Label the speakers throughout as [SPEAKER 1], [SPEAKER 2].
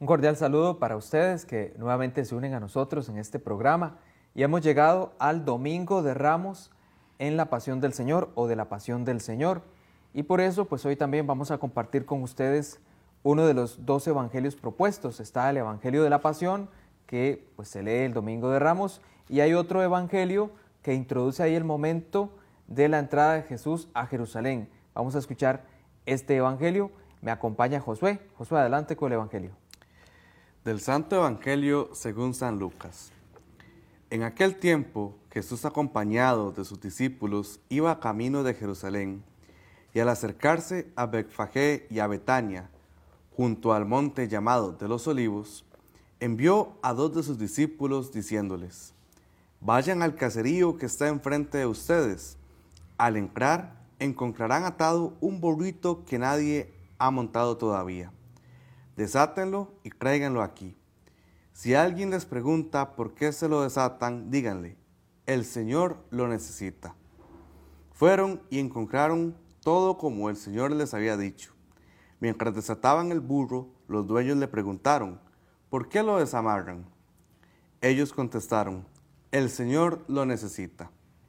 [SPEAKER 1] Un cordial saludo para ustedes que nuevamente se unen a nosotros en este programa y hemos llegado al Domingo de Ramos en la Pasión del Señor o de la Pasión del Señor. Y por eso pues hoy también vamos a compartir con ustedes uno de los dos evangelios propuestos. Está el Evangelio de la Pasión que pues se lee el Domingo de Ramos y hay otro evangelio que introduce ahí el momento de la entrada de Jesús a Jerusalén. Vamos a escuchar este evangelio. Me acompaña Josué. Josué, adelante con el evangelio.
[SPEAKER 2] Del Santo Evangelio según San Lucas. En aquel tiempo, Jesús, acompañado de sus discípulos, iba camino de Jerusalén, y al acercarse a Betfagé y a Betania, junto al monte llamado de los Olivos, envió a dos de sus discípulos diciéndoles: vayan al caserío que está enfrente de ustedes. Al entrar, encontrarán atado un burrito que nadie ha montado todavía. Desátenlo y tráiganlo aquí. Si alguien les pregunta por qué se lo desatan, díganle: el Señor lo necesita. Fueron y encontraron todo como el Señor les había dicho. Mientras desataban el burro, los dueños le preguntaron: ¿por qué lo desamarran? Ellos contestaron: el Señor lo necesita.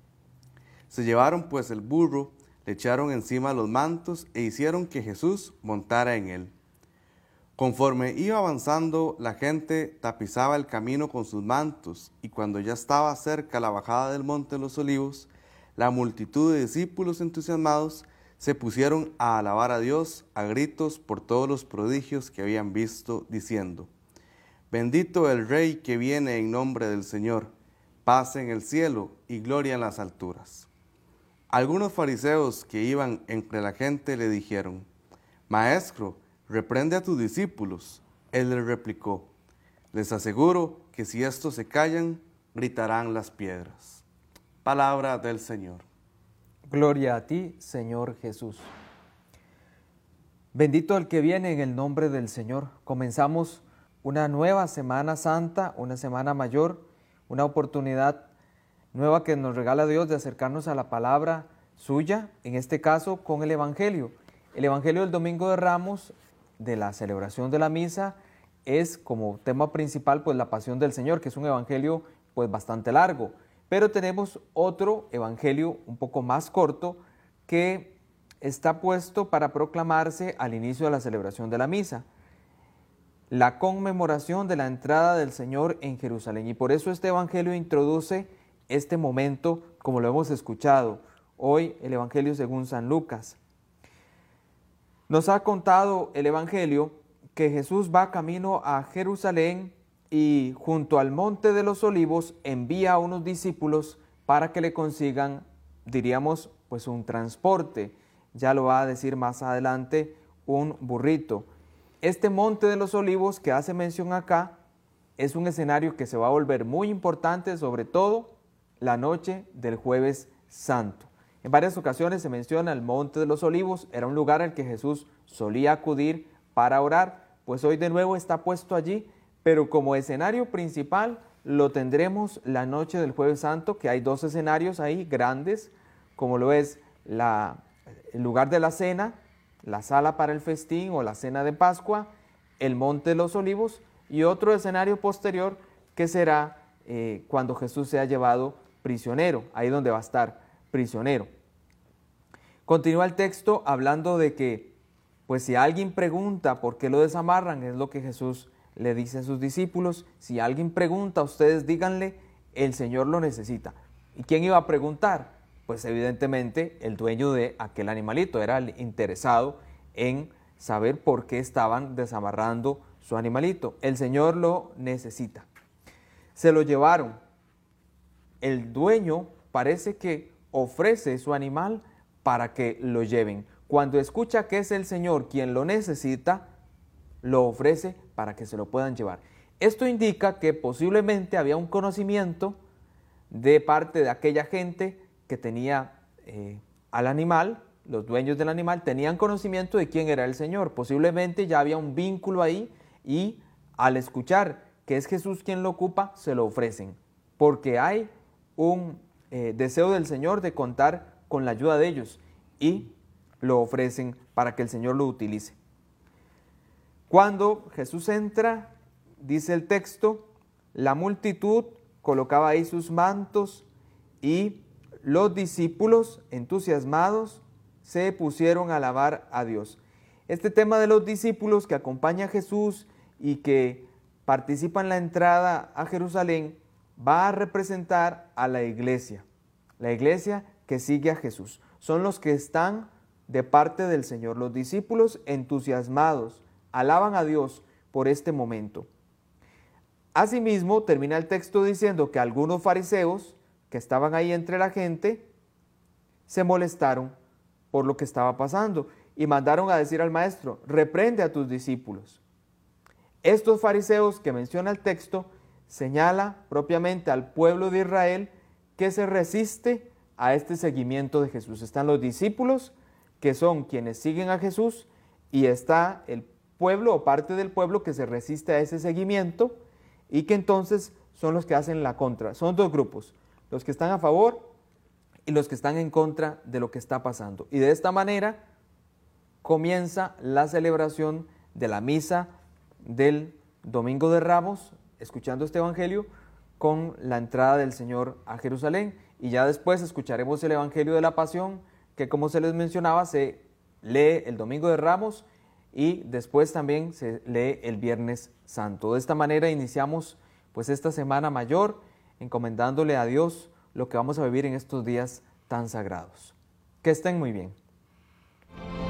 [SPEAKER 2] Se llevaron pues el burro, le echaron encima los mantos e hicieron que Jesús montara en él. Conforme iba avanzando, la gente tapizaba el camino con sus mantos, y cuando ya estaba cerca la bajada del monte de los Olivos, la multitud de discípulos entusiasmados se pusieron a alabar a Dios a gritos por todos los prodigios que habían visto, diciendo: bendito el Rey que viene en nombre del Señor, paz en el cielo y gloria en las alturas. Algunos fariseos que iban entre la gente le dijeron: Maestro, reprende a tus discípulos. Él les replicó: les aseguro que si estos se callan, gritarán las piedras. Palabra del Señor.
[SPEAKER 1] Gloria a ti, Señor Jesús. Bendito el que viene en el nombre del Señor. Comenzamos una nueva Semana Santa, una Semana Mayor, una oportunidad nueva que nos regala Dios de acercarnos a la palabra suya, en este caso con el Evangelio. El Evangelio del Domingo de Ramos, de la celebración de la misa, es como tema principal pues la Pasión del Señor, que es un evangelio pues bastante largo, pero tenemos otro evangelio un poco más corto que está puesto para proclamarse al inicio de la celebración de la misa, la conmemoración de la entrada del Señor en Jerusalén, y por eso este evangelio introduce este momento como lo hemos escuchado hoy, el Evangelio según San Lucas. Nos ha contado el Evangelio que Jesús va camino a Jerusalén y junto al Monte de los Olivos envía a unos discípulos para que le consigan, diríamos, pues un transporte. Ya lo va a decir más adelante, un burrito. Este Monte de los Olivos que hace mención acá es un escenario que se va a volver muy importante, sobre todo la noche del Jueves Santo. En varias ocasiones se menciona el Monte de los Olivos, era un lugar al que Jesús solía acudir para orar, pues hoy de nuevo está puesto allí, pero como escenario principal lo tendremos la noche del Jueves Santo, que hay dos escenarios ahí grandes, como lo es el lugar de la cena, la sala para el festín o la cena de Pascua, el Monte de los Olivos, y otro escenario posterior que será cuando Jesús sea llevado prisionero, ahí donde va a estar prisionero. Continúa el texto hablando de que, pues si alguien pregunta por qué lo desamarran, es lo que Jesús le dice a sus discípulos: si alguien pregunta, ustedes díganle, el Señor lo necesita. ¿Y quién iba a preguntar? Pues evidentemente el dueño de aquel animalito, era el interesado en saber por qué estaban desamarrando su animalito. El Señor lo necesita. Se lo llevaron. El dueño parece que ofrece su animal para que lo lleven. Cuando escucha que es el Señor quien lo necesita, lo ofrece para que se lo puedan llevar. Esto indica que posiblemente había un conocimiento de parte de aquella gente que tenía al animal, los dueños del animal tenían conocimiento de quién era el Señor. Posiblemente ya había un vínculo ahí y al escuchar que es Jesús quien lo ocupa, se lo ofrecen, porque hay un deseo del Señor de contar con la ayuda de ellos y lo ofrecen para que el Señor lo utilice. Cuando Jesús entra, dice el texto, la multitud colocaba ahí sus mantos y los discípulos, entusiasmados, se pusieron a alabar a Dios. Este tema de los discípulos que acompaña a Jesús y que participan en la entrada a Jerusalén va a representar a la iglesia que sigue a Jesús. Son los que están de parte del Señor. Los discípulos entusiasmados alaban a Dios por este momento. Asimismo, termina el texto diciendo que algunos fariseos que estaban ahí entre la gente se molestaron por lo que estaba pasando y mandaron a decir al maestro: reprende a tus discípulos. Estos fariseos que menciona el texto señala propiamente al pueblo de Israel que se resiste a este seguimiento de Jesús. Están los discípulos, que son quienes siguen a Jesús, y está el pueblo o parte del pueblo que se resiste a ese seguimiento y que entonces son los que hacen la contra. Son dos grupos, los que están a favor y los que están en contra de lo que está pasando. Y de esta manera comienza la celebración de la misa del Domingo de Ramos, escuchando este evangelio, con la entrada del Señor a Jerusalén. Y ya después escucharemos el evangelio de la Pasión, que como se les mencionaba, se lee el Domingo de Ramos y después también se lee el Viernes Santo. De esta manera iniciamos pues esta Semana Mayor, encomendándole a Dios lo que vamos a vivir en estos días tan sagrados. Que estén muy bien.